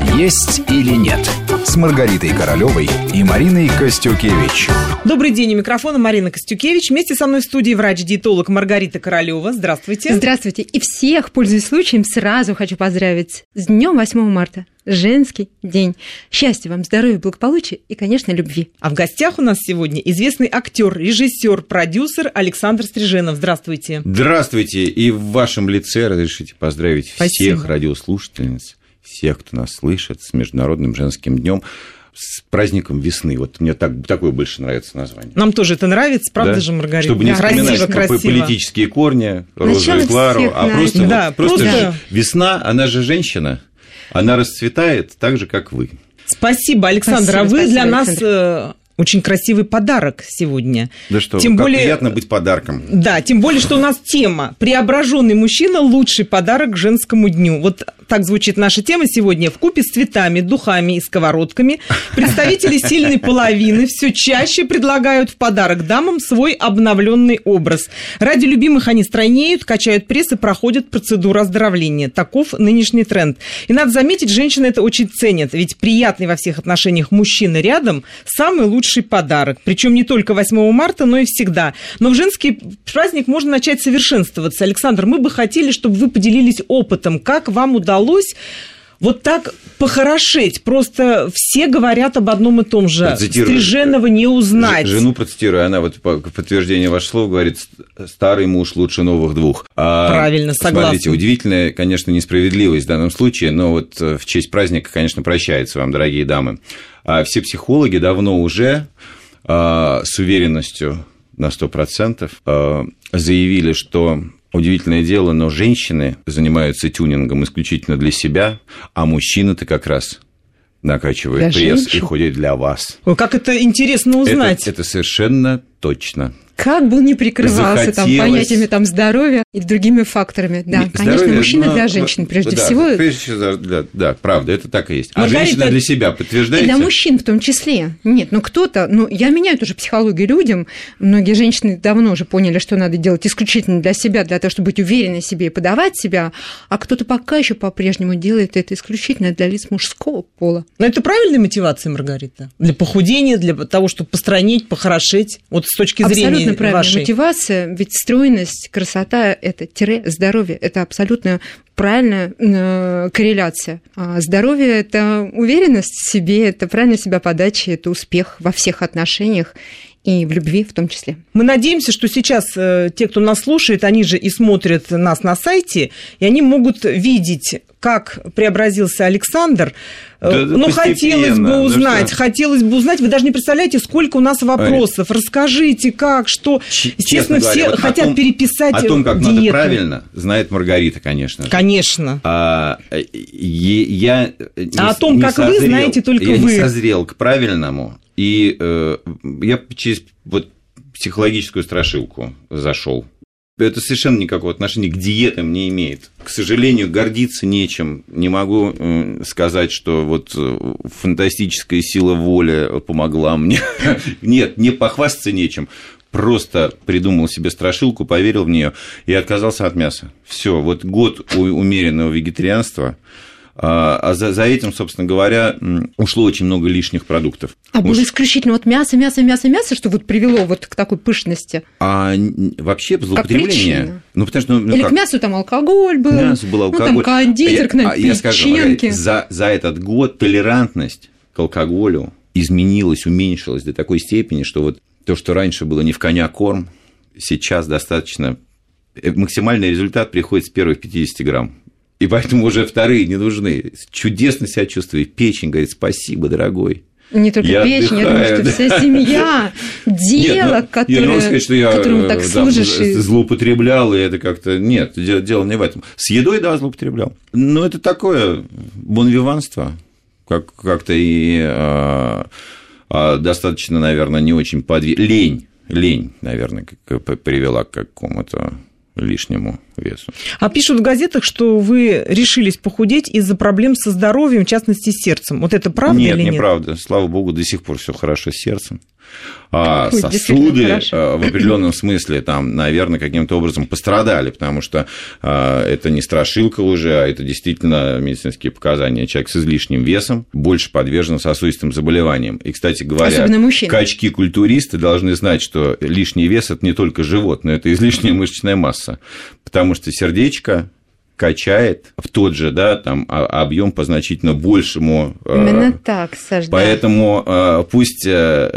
«Есть или нет» с Маргаритой Королевой и Мариной Костюкевич. Добрый день, у микрофона Марина Костюкевич. Вместе со мной в студии врач-диетолог Маргарита Королева. Здравствуйте. Здравствуйте. И всех, пользуясь случаем, сразу хочу поздравить с днем 8 марта. Женский день. Счастья вам, здоровья, благополучия и, конечно, любви. А в гостях у нас сегодня известный актер, режиссер, продюсер Александр Стриженов. Здравствуйте. Здравствуйте. И в вашем лице разрешите поздравить всех радиослушательниц, всех, кто нас слышит, с Международным женским днем, с праздником весны. Вот мне такое больше нравится название. Нам тоже это нравится, правда, да? же, Маргарита? Чтобы не вспоминать политические корни, Розу и Клару, а просто весна, она же женщина, она расцветает так же, как вы. Спасибо, Александр. Спасибо, вы для нас... Очень красивый подарок сегодня. Да что, тем более, приятно быть подарком. Да, тем более, что у нас тема «Преображенный мужчина – лучший подарок к женскому дню». Вот так звучит наша тема сегодня. Вкупе с цветами, духами и сковородками представители сильной половины все чаще предлагают в подарок дамам свой обновленный образ. Ради любимых они стройнеют, качают пресс и проходят процедуру оздоровления. Таков нынешний тренд. И надо заметить, женщины это очень ценят, ведь приятный во всех отношениях мужчина рядом – самый лучший подарок. Причем не только 8 марта, но и всегда. Но в женский праздник можно начать совершенствоваться. Александр, мы бы хотели, чтобы вы поделились опытом. Как вам удалось вот так похорошеть? Просто все говорят об одном и том же. Стриженова не узнать. Жену процитирую, она вот по подтверждению ваших слов говорит: старый муж лучше новых двух. Правильно, согласна. Смотрите, удивительная, конечно, несправедливость в данном случае, но вот в честь праздника, конечно, прощается вам, дорогие дамы. Все психологи давно уже с уверенностью на 100% заявили, что удивительное дело, но женщины занимаются тюнингом исключительно для себя, а мужчины-то как раз накачивают пресс и ходят для вас. Ой, как это интересно узнать. Это совершенно точно. Как бы не прикрывался там понятиями там, здоровья и другими факторами. Да, конечно, мужчина для женщин прежде всего. Да, правда, это так и есть. А женщина для себя подтверждаете? И для мужчин в том числе. Нет, кто-то... я меняю тоже психологию людям. Многие женщины давно уже поняли, что надо делать исключительно для себя, для того, чтобы быть уверенной в себе и подавать себя. А кто-то пока еще по-прежнему делает это исключительно для лиц мужского пола. Но это правильная мотивация, Маргарита? Для похудения, для того, чтобы постройнеть, похорошеть? Вот с точки зрения абсолютно правильная вашей мотивация, ведь стройность, красота – это здоровье, это абсолютно правильная корреляция. А здоровье – это уверенность в себе, это правильная себя подача, это успех во всех отношениях. И в любви в том числе. Мы надеемся, что сейчас те, кто нас слушает, они же и смотрят нас на сайте, и они могут видеть, как преобразился Александр. Но хотелось бы узнать, вы даже не представляете, сколько у нас вопросов. Расскажите, как, что. Естественно, все хотят переписать диету. О том, как диету. Надо правильно, знает Маргарита, конечно же. Конечно. О том, как вы, знаете только вы. Я не созрел к правильному. И я через психологическую страшилку зашел. Это совершенно никакого отношения к диетам не имеет. К сожалению, гордиться нечем. Не могу сказать, что фантастическая сила воли помогла мне. Нет, не похвастаться нечем. Просто придумал себе страшилку, поверил в нее и отказался от мяса. Все, год умеренного вегетарианства. А за этим, собственно говоря, ушло очень много лишних продуктов. Было исключительно мясо, что привело к такой пышности? А вообще злоупотребление. Или к мясу там алкоголь был. К мясу был алкоголь. Кондитер, печеньки. За этот год толерантность к алкоголю изменилась, уменьшилась до такой степени, что то, что раньше было не в коня корм, сейчас достаточно... Максимальный результат приходит с первых 50 грамм. И поэтому уже вторые не нужны. Чудесно себя чувствую. Печень говорит: спасибо, дорогой. Не только печень, я думаю, что вся семья, дело, которому так служишь. Злоупотреблял, и это как-то... Нет, дело не в этом. С едой, да, злоупотреблял. Но это такое бонвиванство, как-то и достаточно, наверное, не очень лень, наверное, привела к какому-то лишнему весу. А пишут в газетах, что вы решились похудеть из-за проблем со здоровьем, в частности, с сердцем. Вот это правда или нет? Нет, неправда. Слава богу, до сих пор все хорошо с сердцем. А сосуды в определенном смысле там, наверное, каким-то образом пострадали, потому что это не страшилка уже, а это действительно медицинские показания. Человек с излишним весом больше подвержен сосудистым заболеваниям. И, кстати говоря, качки-культуристы должны знать, что лишний вес – это не только живот, но это излишняя мышечная масса, потому что сердечко качает в тот же, да, там, объем по значительно большему. Именно так, Саш, поэтому пусть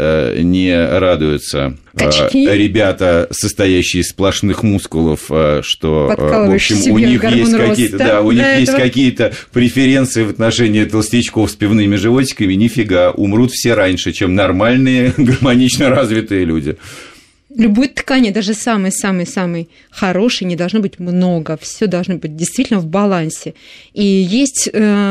не радуются ребята, состоящие из сплошных мускулов, что, в общем, у них есть какие-то, да, у них есть какие-то преференции в отношении толстячков с пивными животиками. Нифига, умрут все раньше, чем нормальные, гармонично развитые люди. Любой ткани, даже самый-самый-самый хороший, не должно быть много, все должно быть действительно в балансе. И есть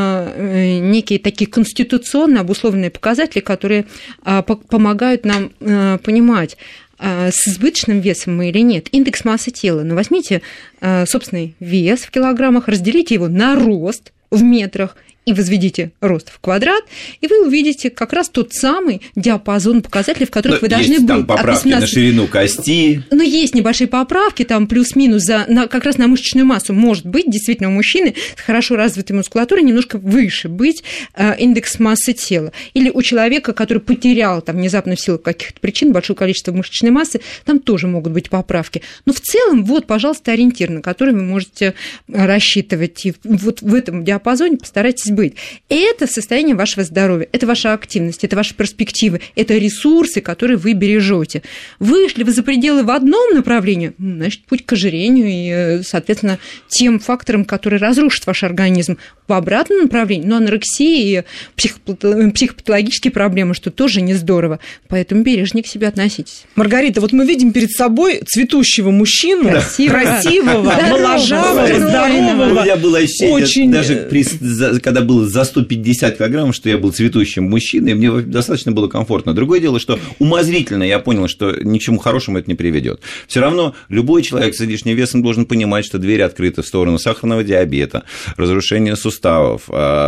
некие такие конституционно обусловленные показатели, которые помогают нам понимать, с избыточным весом мы или нет. Индекс массы тела. Но возьмите собственный вес в килограммах, разделите его на рост в метрах и возведите рост в квадрат, и вы увидите как раз тот самый диапазон показателей, в которых вы должны быть. Там поправки на ширину кости. Ну, есть небольшие поправки, там плюс-минус как раз на мышечную массу. Может быть, действительно, у мужчины с хорошо развитой мускулатурой немножко выше быть индекс массы тела. Или у человека, который потерял там внезапно в силу каких-то причин большое количество мышечной массы, там тоже могут быть поправки. Но в целом, вот, пожалуйста, ориентир, на который вы можете рассчитывать. И вот в этом диапазоне постарайтесь быть. Это состояние вашего здоровья, это ваша активность, это ваши перспективы, это ресурсы, которые вы бережете. Вышли вы за пределы в одном направлении, значит, путь к ожирению и, соответственно, тем факторам, которые разрушат ваш организм. В обратном направлении, но анорексия и психопатологические проблемы, что тоже не здорово. Поэтому бережнее к себе относитесь. Маргарита, вот мы видим перед собой цветущего мужчину, красивого, моложавого, здорового. У меня было ощущение, даже когда было за 150 килограммов, что я был цветущим мужчиной, и мне достаточно было комфортно. Другое дело, что умозрительно я понял, что ни к чему хорошему это не приведет. Все равно любой человек с излишним весом должен понимать, что дверь открыта в сторону сахарного диабета, разрушения суставов,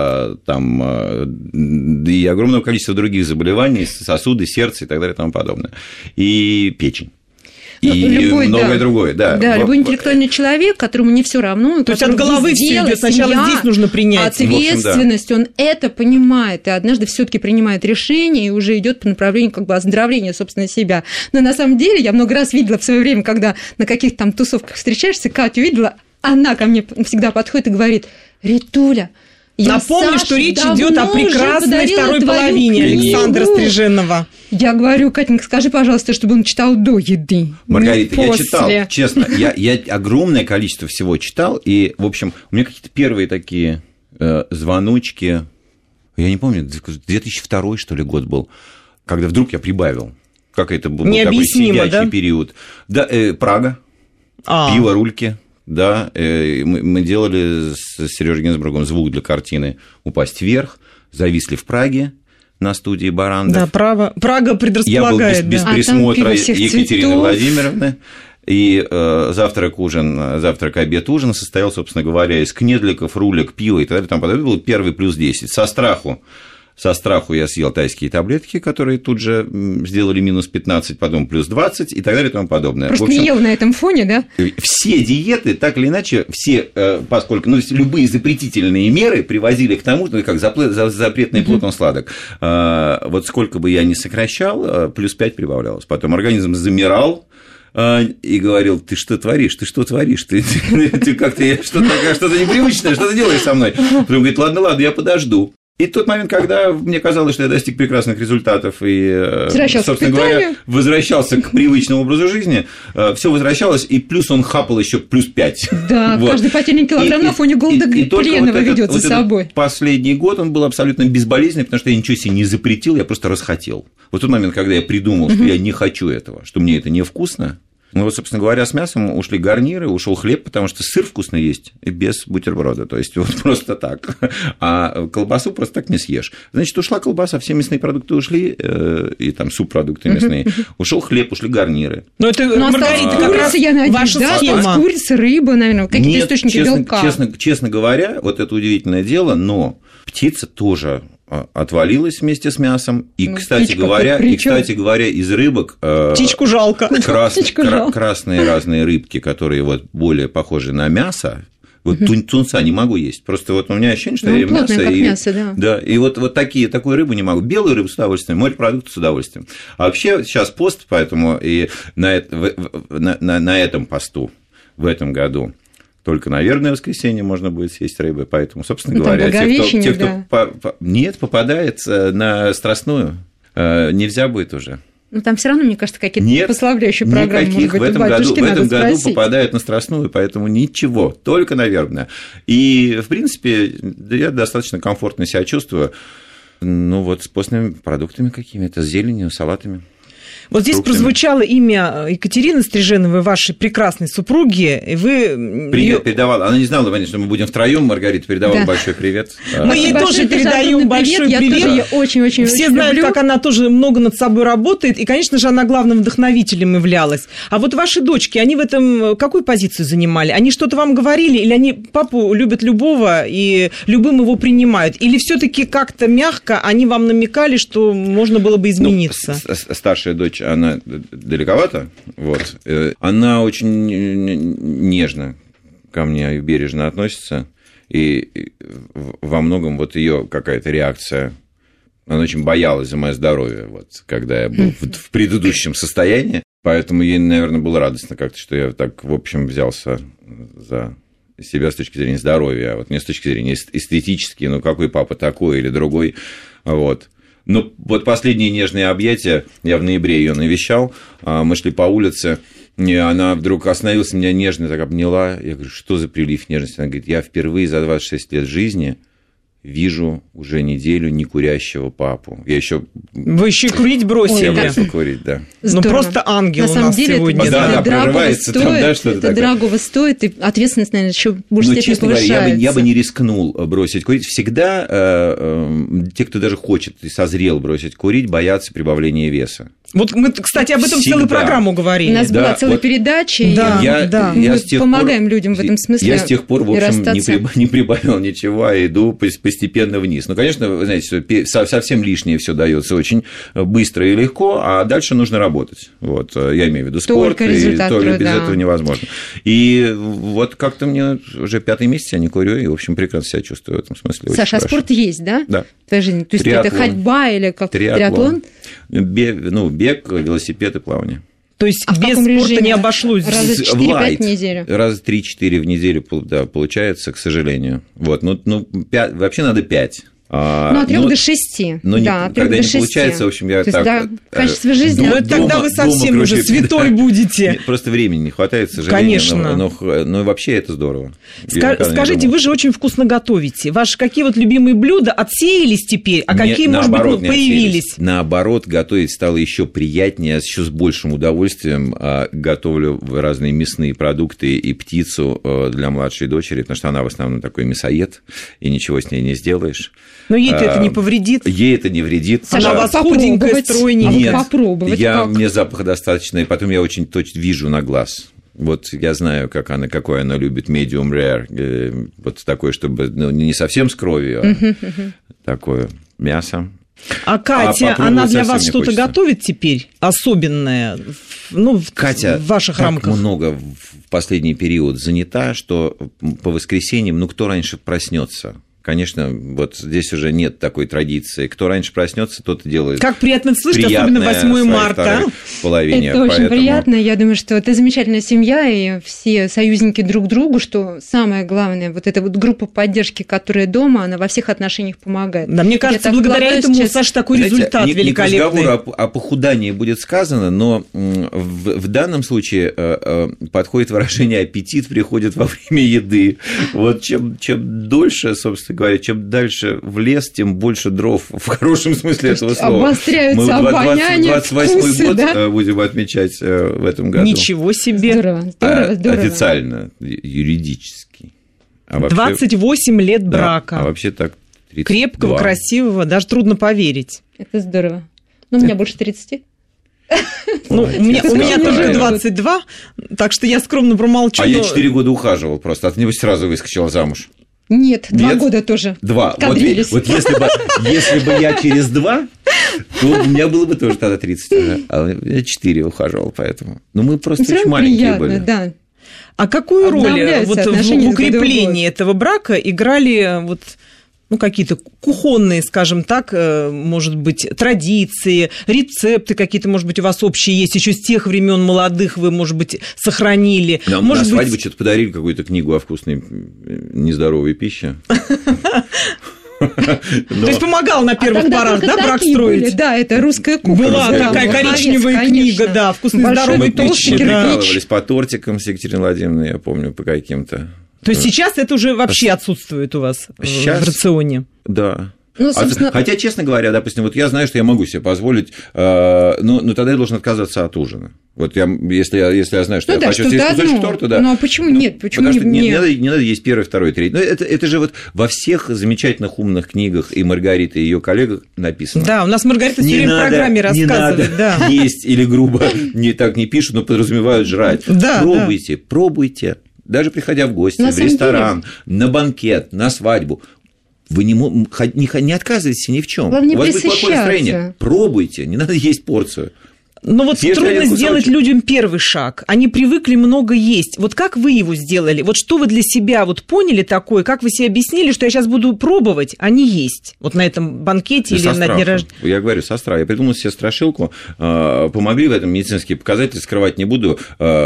там, и огромного количества других заболеваний, сосуды, сердце и так далее и тому подобное. И печень. И любой, многое другое, да. Да, любой интеллектуальный человек, которому не все равно. То есть от головы все идет, сначала здесь нужно принять. Ответственность, он это понимает, и однажды все-таки принимает решение и уже идет по направлению как бы оздоровления, собственно, себя. Но на самом деле я много раз видела в свое время, когда на каких-то там тусовках встречаешься, Катю видела, она ко мне всегда подходит и говорит: Ритуля, напомню, что речь идет о прекрасной второй половине Александра Стриженова. Я говорю: Катенька, скажи, пожалуйста, чтобы он читал до еды. Маргарита, я читал, честно, я огромное количество всего читал, и, в общем, у меня какие-то первые такие звоночки, я не помню, 2002, что ли, год был, когда вдруг я прибавил. Как это был такой сидячий период. Да, Прага, пиво, рульки. Да, мы делали с Сережей Гинзбургом звук для картины «Упасть вверх», зависли в Праге на студии Барандов. Да, Прага предрасполагает. Я был без присмотра Екатерины Владимировны. И завтрак, обед, ужин состоял, собственно говоря, из кнедликов, рулек, пива и так далее. Там был первый плюс 10. Со страху я съел тайские таблетки, которые тут же сделали минус 15, потом плюс 20 и так далее и тому подобное. Просто не ел на этом фоне, да? Все диеты, так или иначе, поскольку любые запретительные меры приводили к тому, что как запретный плод, он сладок. Вот сколько бы я ни сокращал, плюс 5 прибавлялось. Потом организм замирал и говорил: ты что творишь, ты как-то что-то непривычное, что ты делаешь со мной? Потом говорит: ладно, я подожду. И тот момент, когда мне казалось, что я достиг прекрасных результатов и, собственно говоря, возвращался к привычному образу жизни, все возвращалось, и плюс он хапал еще плюс 5. Да, вот. Каждый потерянный килограмм на фоне голода пленного ведет за собой. Этот последний год он был абсолютно безболезненный, потому что я ничего себе не запретил, я просто расхотел. Вот тот момент, когда я придумал, что я не хочу этого, что мне это невкусно, Ну вот, собственно говоря, с мясом ушли гарниры, ушел хлеб, потому что сыр вкусно есть и без бутерброда, то есть вот просто так. А колбасу просто так не съешь. Значит, ушла колбаса, все мясные продукты ушли, и там субпродукты мясные. Ушел хлеб, ушли гарниры. Но это, Маргарита, как раз ваша схема. Курица, рыба, наверное, какие-то источники белка. Честно говоря, вот это удивительное дело, но птица тоже отвалилась вместе с мясом. И, кстати говоря, из рыбок... Птичку жалко. Красные разные рыбки, которые вот более похожи на мясо. Вот тунца не могу есть. Просто вот у меня ощущение, что я ем мясо. Как мясо, да. Да, и вот такую рыбу не могу. Белую рыбу с удовольствием, морепродукты с удовольствием. А вообще сейчас пост, поэтому и на этом посту в этом году только, наверное, в воскресенье можно будет съесть рыбы, поэтому, собственно говоря, те, кто попадает на страстную, нельзя будет уже. Ну, там все равно, мне кажется, какие-то послабляющие программы. Никаких. В этом году попадают на страстную, поэтому ничего, только на вербное. И, в принципе, я достаточно комфортно себя чувствую, ну, вот с постными продуктами какими-то, с зеленью, салатами. Вот здесь прозвучало имя Екатерины Стриженовой, вашей прекрасной супруги, и вы... Привет передавала. Она не знала, что мы будем втроем. Маргарита передавала большой привет. Мы ей тоже передаем большой привет. Я очень-очень Все знают, как она тоже много над собой работает, и, конечно же, она главным вдохновителем являлась. А вот ваши дочки, они в этом какую позицию занимали? Они что-то вам говорили, или они папу любят любого и любым его принимают? Или все-таки как-то мягко они вам намекали, что можно было бы измениться? Старшая дочь, она далековато, вот. Она очень нежно ко мне и бережно относится, и во многом вот ее какая-то реакция, она очень боялась за мое здоровье, вот, когда я был в предыдущем состоянии, поэтому ей, наверное, было радостно как-то, что я так, в общем, взялся за себя с точки зрения здоровья, а вот не с точки зрения эстетически, ну, какой папа такой или другой, вот. Ну, вот последние нежные объятия, я в ноябре ее навещал, мы шли по улице, и она вдруг остановилась, меня нежно так обняла. Я говорю, что за прилив нежности? Она говорит, я впервые за 26 лет жизни вижу уже неделю некурящего папу. Вы еще и курить бросили. Я бросил курить, да. Ну, просто ангел у нас сегодня. Это дорогого стоит, и ответственность, наверное, еще больше степени повышается. Честно говоря, я бы не рискнул бросить курить. Всегда те, кто даже хочет и созрел бросить курить, боятся прибавления веса. Вот мы, кстати, об этом целую программу говорили. У нас была целая передача, и мы помогаем людям в этом смысле. Я с тех пор, в общем, не прибавил ничего, а иду постепенно вниз. Ну, конечно, вы знаете, совсем лишнее все дается очень быстро и легко, а дальше нужно работать. Вот, я имею в виду спорт, и без этого невозможно. И вот как-то мне уже 5-й месяц я не курю, и, в общем, прекрасно себя чувствую в этом смысле. Саша, а спорт есть, да? Да. В твоей жизни? То есть это ходьба или как триатлон? Бег, велосипед и плавание. То есть без спорта режиме? Не обошлось? Раза 4-5 в неделю? Раза 3-4 в неделю, да, получается, к сожалению. Вот, вообще надо 5. От 3 до 6. Но когда не получается, в общем, я так... Да, качество жизни... Тогда вы совсем уже святой будете. Просто времени не хватает, к сожалению. Конечно. Но вообще это здорово. Скажите, вы же очень вкусно готовите. Ваши какие вот любимые блюда отсеялись теперь, а какие, может быть, появились? Наоборот, готовить стало еще приятнее, я еще с большим удовольствием готовлю разные мясные продукты и птицу для младшей дочери, потому что она в основном такой мясоед, и ничего с ней не сделаешь. Но ей-то это не повредит? Ей это не вредит. Она у вас худенькая, стройненькая. Нет, попробовать мне запаха достаточно, и потом я очень точно вижу на глаз. Вот я знаю, какой она любит medium rare, вот такое, чтобы не совсем с кровью, а такое мясо. А Катя, она для вас что-то готовит теперь особенное, Катя в ваших рамках? Так много в последний период занята, что по воскресеньям, кто раньше проснется? Конечно, вот здесь уже нет такой традиции. Кто раньше проснется, тот и делает. Как приятно слышать, особенно 8 марта. Половине, это очень приятно. Я думаю, что это замечательная семья, и все союзники друг другу, что самое главное, вот эта вот группа поддержки, которая дома, она во всех отношениях помогает. Да, мне кажется, благодаря этому, Саша, такой результат великолепный. Не к разговору о похудании будет сказано, но в данном случае подходит выражение «аппетит приходит во время еды». Вот чем дольше, собственно говорят, чем дальше в лес, тем больше дров, в хорошем смысле этого слова. Обостряются обоняние, 28-й год да? будем отмечать в этом году. Ничего себе. Здорово. Официально, юридически. 28 лет брака. А вообще так 32. Крепкого, красивого, даже трудно поверить. Это здорово. Но у меня больше 30. Ну, у меня тоже 22, так что я скромно промолчу. Я 4 года ухаживал просто, от него сразу выскочила замуж. Нет, 2 года тоже. 2. Вот если бы я через 2, то у меня было бы тоже тогда 30. А я 4 ухаживал, поэтому. Ну, мы просто очень маленькие были. Да. А какую роль вот в укреплении этого брака играли вот, ну, какие-то кухонные, скажем так, может быть, традиции, рецепты какие-то, может быть, у вас общие есть, еще с тех времен молодых вы, может быть, сохранили. Нам на свадьбу что-то подарили, какую-то книгу о вкусной нездоровой пище. То есть помогал на первых порах, да, брак строить? Да, это русская кухня. Была такая коричневая книга, да, вкусной здоровой пищи. Мы прикалывались по тортикам с Екатериной Владимировной, я помню, по каким-то. То есть сейчас это уже вообще отсутствует у вас в рационе? Да. Ну, собственно... Хотя, честно говоря, допустим, вот я знаю, что я могу себе позволить, но тогда я должен отказаться от ужина. Вот если я знаю, что я хочу съесть кусочек торта, да. Ну, а почему нет? Почему потому что не надо есть первый, второй, третий. Но это же вот во всех замечательных умных книгах и Маргарита, и ее коллегах написано. Да, у нас Маргарита все время в программе рассказывает. Не надо есть или грубо так не пишут, но подразумевают жрать. Пробуйте. Даже приходя в гости, в ресторан, на банкет, на свадьбу. Вы не отказывайтесь ни в чем. Главное, у вас будет плохое настроение. Пробуйте, не надо есть порцию. Но вот трудно сделать людям первый шаг. Они привыкли много есть. Вот как вы его сделали? Вот что вы для себя вот поняли такое? Как вы себе объяснили, что я сейчас буду пробовать, а не есть? Вот на этом банкете или на дне рождения? Я говорю, со страхом. Я придумал себе страшилку. Помогли в этом медицинские показатели, скрывать не буду.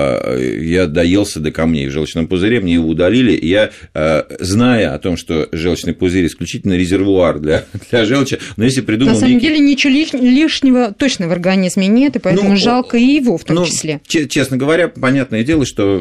Я доелся до камней в желчном пузыре, мне его удалили. И я, зная о том, что желчный пузырь исключительно резервуар для желчи, но если придумал... На самом деле ничего лишнего точно в организме нет, поэтому жалко и его в том числе. Честно говоря, понятное дело, что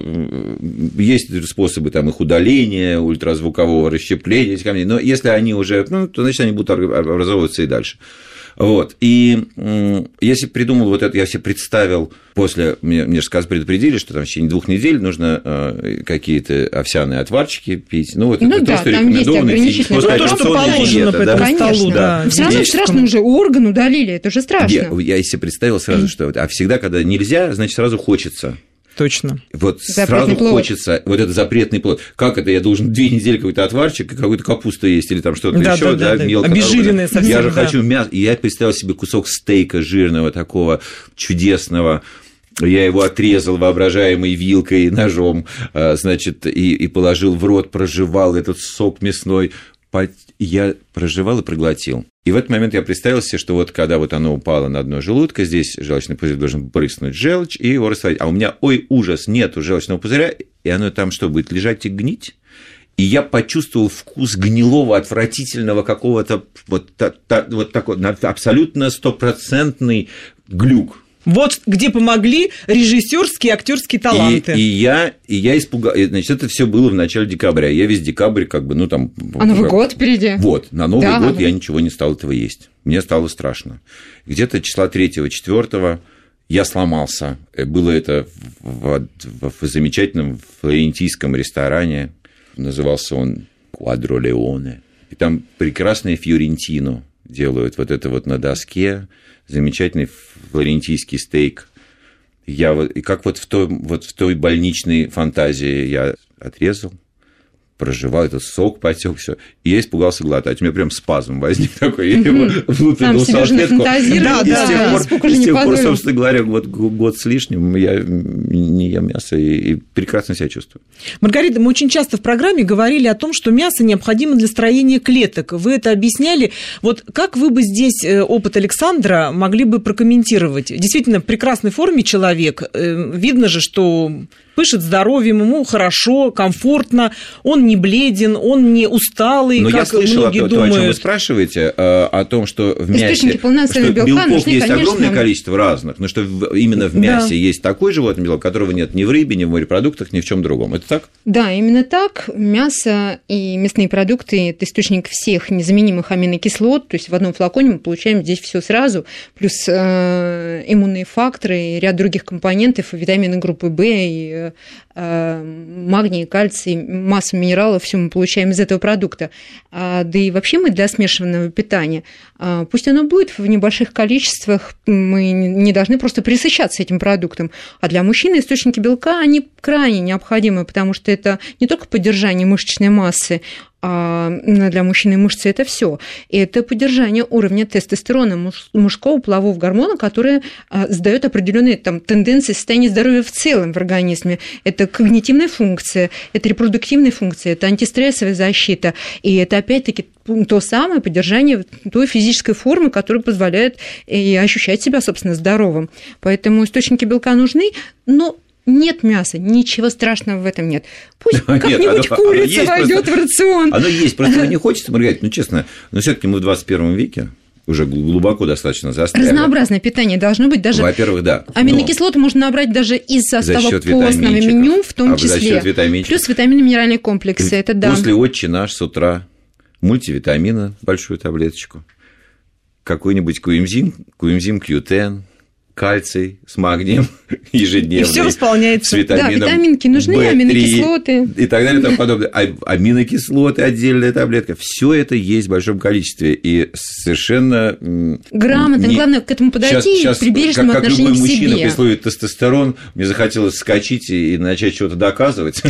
есть способы там, их удаления, ультразвукового расщепления этих камней, но если они уже, то значит, они будут образовываться и дальше. Вот. И если придумал вот это, я себе представил, после, мне же предупредили, что там в течение 2 недель нужно какие-то овсяные отварчики пить. Ну, вот это то, что рекомендовано после операционной диеты. Да? Конечно, да. Все равно страшно уже, орган удалили, это же страшно. Я себе представил сразу, что а всегда, когда нельзя, значит, сразу хочется. Точно. Вот сразу хочется, вот это запретный плод. Как это, я должен 2 недели какой-то отварчик и какую-то капусту есть или там что-то еще, мелко. Обезжиренное совсем, я же хочу мясо. И я представил себе кусок стейка жирного, такого чудесного. Я его отрезал воображаемой вилкой, ножом, значит, и положил в рот, прожевал этот сок мясной. Я прожевал и проглотил. И в этот момент я представил себе, что вот когда вот оно упало на дно желудка, здесь желчный пузырь должен брыснуть желчь и его растворить. А у меня, ужас, нету желчного пузыря, и оно там что, будет лежать и гнить? И я почувствовал вкус гнилого, отвратительного какого-то вот такой абсолютно 100% глюк. Вот где помогли режиссерские, актерские таланты. И я испугался. Значит, это все было в начале декабря. Я весь декабрь там... А Новый год впереди. Вот, на Новый год я ничего не стал этого есть. Мне стало страшно. Где-то числа 3-4 я сломался. Было это в замечательном флорентийском ресторане. Назывался он «Квадро Леоне». И там прекрасное фьорентино делают вот это вот на доске. Замечательный флорентийский стейк. И как вот в той больничной фантазии я отрезал, проживал, этот сок потек, все. И я испугался глотать. У меня прям спазм возник такой. Я его внутрь дал салфетку. И с тех пор, собственно говоря, год с лишним я не ем мясо и прекрасно себя чувствую. Маргарита, мы очень часто в программе говорили о том, что мясо необходимо для строения клеток. Вы это объясняли. Вот как вы бы здесь опыт Александра могли бы прокомментировать? Действительно, в прекрасной форме человек. Видно же, что пышет здоровьем, ему хорошо, комфортно, он не бледен, он не усталый, но как я слышал многие то, думают. о чем вы спрашиваете, о том, что в мясе, источники полноценного белка белков нужны, есть конечно. огромное количество разных, но что именно в мясе есть такой животный белок, которого нет ни в рыбе, ни в морепродуктах, ни в чем другом. Это так? Да, именно так. Мясо и мясные продукты – это источник всех незаменимых аминокислот, то есть в одном флаконе мы получаем здесь все сразу, плюс иммунные факторы и ряд других компонентов, и витамины группы В, и магний, кальций, массу минералов, все мы получаем из этого продукта. Да и вообще мы для смешанного питания, пусть оно будет в небольших количествах, мы не должны просто пресыщаться этим продуктом, а для мужчины источники белка, они крайне необходимы, потому что это не только поддержание мышечной массы, а для мужчины мышцы это все. И это поддержание уровня тестостерона, мужского полового гормона, который задает определенные тенденции состояния здоровья в целом в организме. Это когнитивная функция, это репродуктивная функция, это антистрессовая защита. И это опять-таки то самое поддержание той физической формы, которая позволяет и ощущать себя, собственно, здоровым. Поэтому источники белка нужны, но нет мяса, ничего страшного в этом нет. Пусть как-нибудь курица войдет в рацион. Оно есть, просто не хочется, Маргарита, честно, но все-таки мы в 21 веке уже глубоко достаточно застряли. Разнообразное питание должно быть даже... Во-первых, да. Аминокислоты можно набрать даже из состава постного меню, в том числе. Плюс витаминно-минеральные комплексы, это да. После «Отче наш» с утра мультивитамина, большую таблеточку, какой-нибудь коэнзим Q10, кальций с магнием ежедневно. И все восполняется. С витамином да, витаминки нужны, B3, аминокислоты. И так далее и тому подобное. Аминокислоты, отдельная таблетка. Все это есть в большом количестве. И совершенно... Грамотно. Главное к этому подойти с прибережным отношением к себе. Как любой мужчина присвоит тестостерон, мне захотелось вскочить и начать что-то доказывать.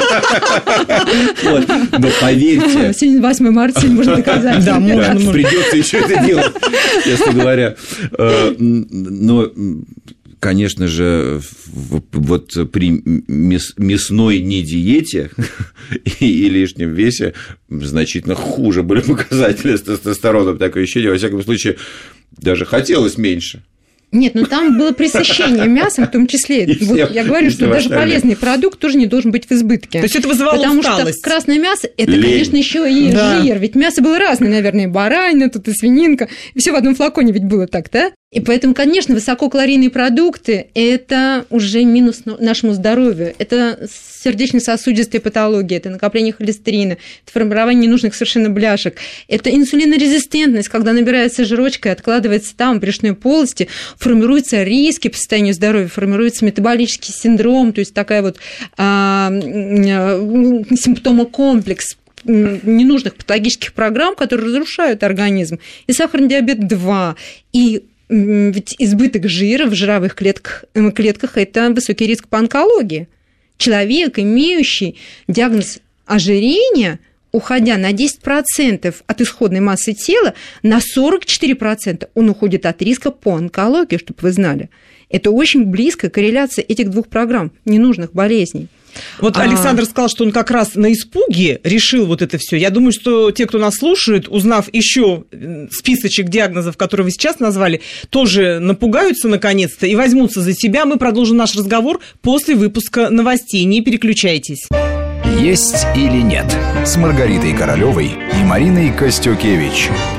Но поверьте... Сегодня 8 марта, сегодня можно доказать. Да, можно. Придется еще это делать, честно говоря. Но, конечно же, вот при мясной недиете и лишнем весе значительно хуже были показатели с тестостероном. Такое ощущение, во всяком случае, даже хотелось меньше. Нет, ну там было пресыщение мясом, в том числе. Вот я говорю, что даже полезный продукт тоже не должен быть в избытке. То есть это вызывало усталость. Потому что красное мясо – это, конечно, еще и жир. Ведь мясо было разное, наверное, и баранина, тут и свининка. И все в одном флаконе ведь было так, да? И поэтому, конечно, высококалорийные продукты – это уже минус нашему здоровью. Это сердечно-сосудистая патология, это накопление холестерина, это формирование ненужных совершенно бляшек, это инсулинорезистентность, когда набирается жирочка и откладывается там, в брюшной полости, формируются риски по состоянию здоровья, формируется метаболический синдром, то есть такая вот симптомокомплекс ненужных патологических программ, которые разрушают организм, и сахарный диабет 2, и ведь избыток жира в жировых клетках – это высокий риск по онкологии. Человек, имеющий диагноз ожирения, уходя на 10% от исходной массы тела, на 44% он уходит от риска по онкологии, чтобы вы знали. Это очень близкая корреляция этих двух программ ненужных болезней. Вот Александр сказал, что он как раз на испуге решил вот это все. Я думаю, что те, кто нас слушает, узнав еще списочек диагнозов, которые вы сейчас назвали, тоже напугаются наконец-то и возьмутся за себя. Мы продолжим наш разговор после выпуска новостей. Не переключайтесь. «Есть или нет» с Маргаритой Королевой и Мариной Костюкевич.